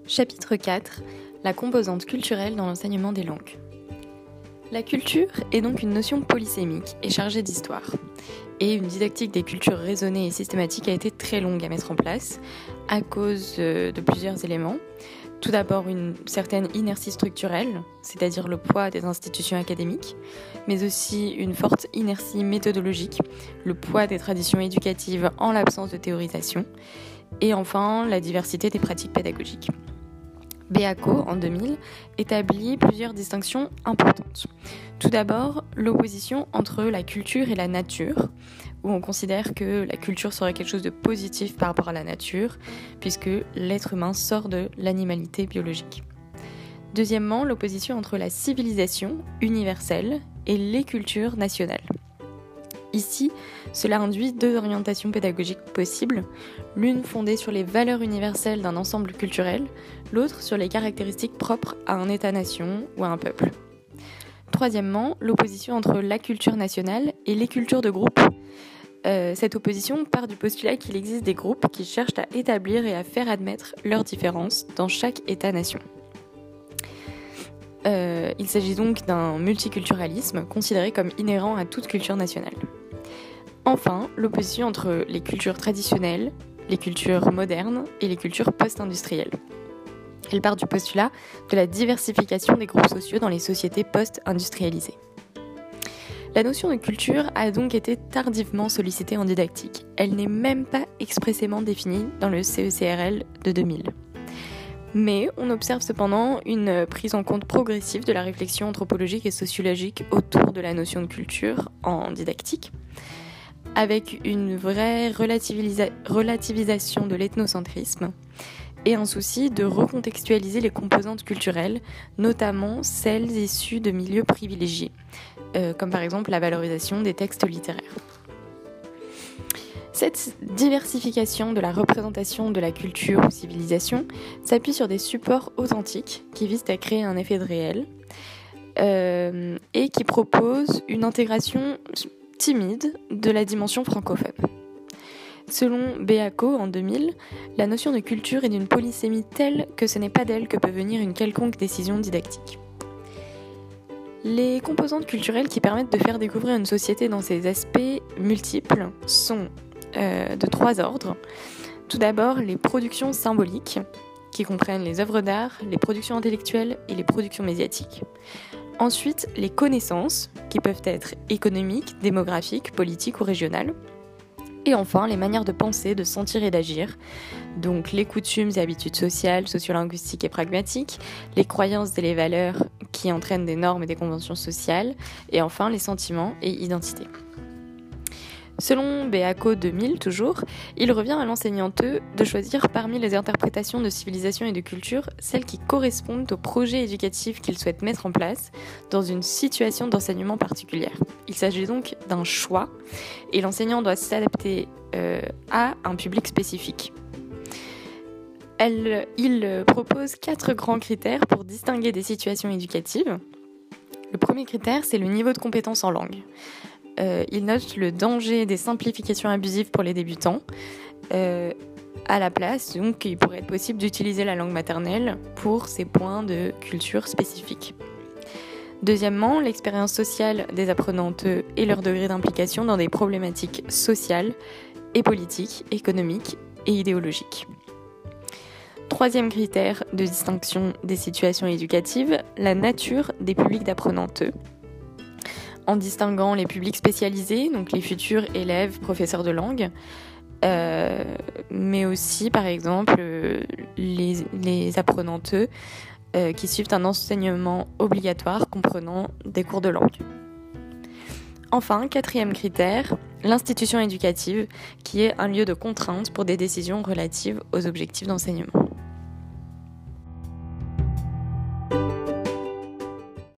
Chapitre 4. La composante culturelle dans l'enseignement des langues. La culture est donc une notion polysémique et chargée d'histoire. Et une didactique des cultures raisonnée et systématique a été très longue à mettre en place à cause de plusieurs éléments. Tout d'abord, une certaine inertie structurelle, c'est-à-dire le poids des institutions académiques, mais aussi une forte inertie méthodologique, le poids des traditions éducatives en l'absence de théorisation, et enfin la diversité des pratiques pédagogiques. Beaco, en 2000, établit plusieurs distinctions importantes. Tout d'abord, l'opposition entre la culture et la nature, où on considère que la culture serait quelque chose de positif par rapport à la nature, puisque l'être humain sort de l'animalité biologique. Deuxièmement, l'opposition entre la civilisation universelle et les cultures nationales. Ici, cela induit deux orientations pédagogiques possibles, l'une fondée sur les valeurs universelles d'un ensemble culturel, l'autre sur les caractéristiques propres à un État-nation ou à un peuple. Troisièmement, l'opposition entre la culture nationale et les cultures de groupe. Cette opposition part du postulat qu'il existe des groupes qui cherchent à établir et à faire admettre leurs différences dans chaque État-nation. Il s'agit donc d'un multiculturalisme considéré comme inhérent à toute culture nationale. Enfin, l'opposition entre les cultures traditionnelles, les cultures modernes et les cultures post-industrielles. Elle part du postulat de la diversification des groupes sociaux dans les sociétés post-industrialisées. La notion de culture a donc été tardivement sollicitée en didactique. Elle n'est même pas expressément définie dans le CECRL de 2000. Mais on observe cependant une prise en compte progressive de la réflexion anthropologique et sociologique autour de la notion de culture en didactique, avec une vraie relativisation de l'ethnocentrisme et un souci de recontextualiser les composantes culturelles, notamment celles issues de milieux privilégiés, comme par exemple la valorisation des textes littéraires. Cette diversification de la représentation de la culture ou civilisation s'appuie sur des supports authentiques qui visent à créer un effet de réel et qui proposent une intégration timide de la dimension francophone. Selon Beaco, en 2000, la notion de culture est d'une polysémie telle que ce n'est pas d'elle que peut venir une quelconque décision didactique. Les composantes culturelles qui permettent de faire découvrir une société dans ses aspects multiples sont de trois ordres. Tout d'abord, les productions symboliques, qui comprennent les œuvres d'art, les productions intellectuelles et les productions médiatiques. Ensuite, les connaissances, qui peuvent être économiques, démographiques, politiques ou régionales. Et enfin, les manières de penser, de sentir et d'agir, donc les coutumes et habitudes sociales, sociolinguistiques et pragmatiques, les croyances et les valeurs qui entraînent des normes et des conventions sociales, et enfin les sentiments et identités. Selon Beaco 2000 toujours, il revient à l'enseignanteux de choisir parmi les interprétations de civilisation et de culture celles qui correspondent au projet éducatif qu'il souhaite mettre en place dans une situation d'enseignement particulière. Il s'agit donc d'un choix et l'enseignant doit s'adapter à un public spécifique. Il propose 4 grands critères pour distinguer des situations éducatives. Le premier critère, c'est le niveau de compétence en langue. Il note le danger des simplifications abusives pour les débutants. À la place, donc, il pourrait être possible d'utiliser la langue maternelle pour ces points de culture spécifiques. Deuxièmement, l'expérience sociale des apprenantes et leur degré d'implication dans des problématiques sociales et politiques, économiques et idéologiques. Troisième critère de distinction des situations éducatives, la nature des publics d'apprenantes, en distinguant les publics spécialisés, donc les futurs élèves, professeurs de langue, mais aussi, par exemple, les apprenantes qui suivent un enseignement obligatoire comprenant des cours de langue. Enfin, quatrième critère, l'institution éducative, qui est un lieu de contrainte pour des décisions relatives aux objectifs d'enseignement.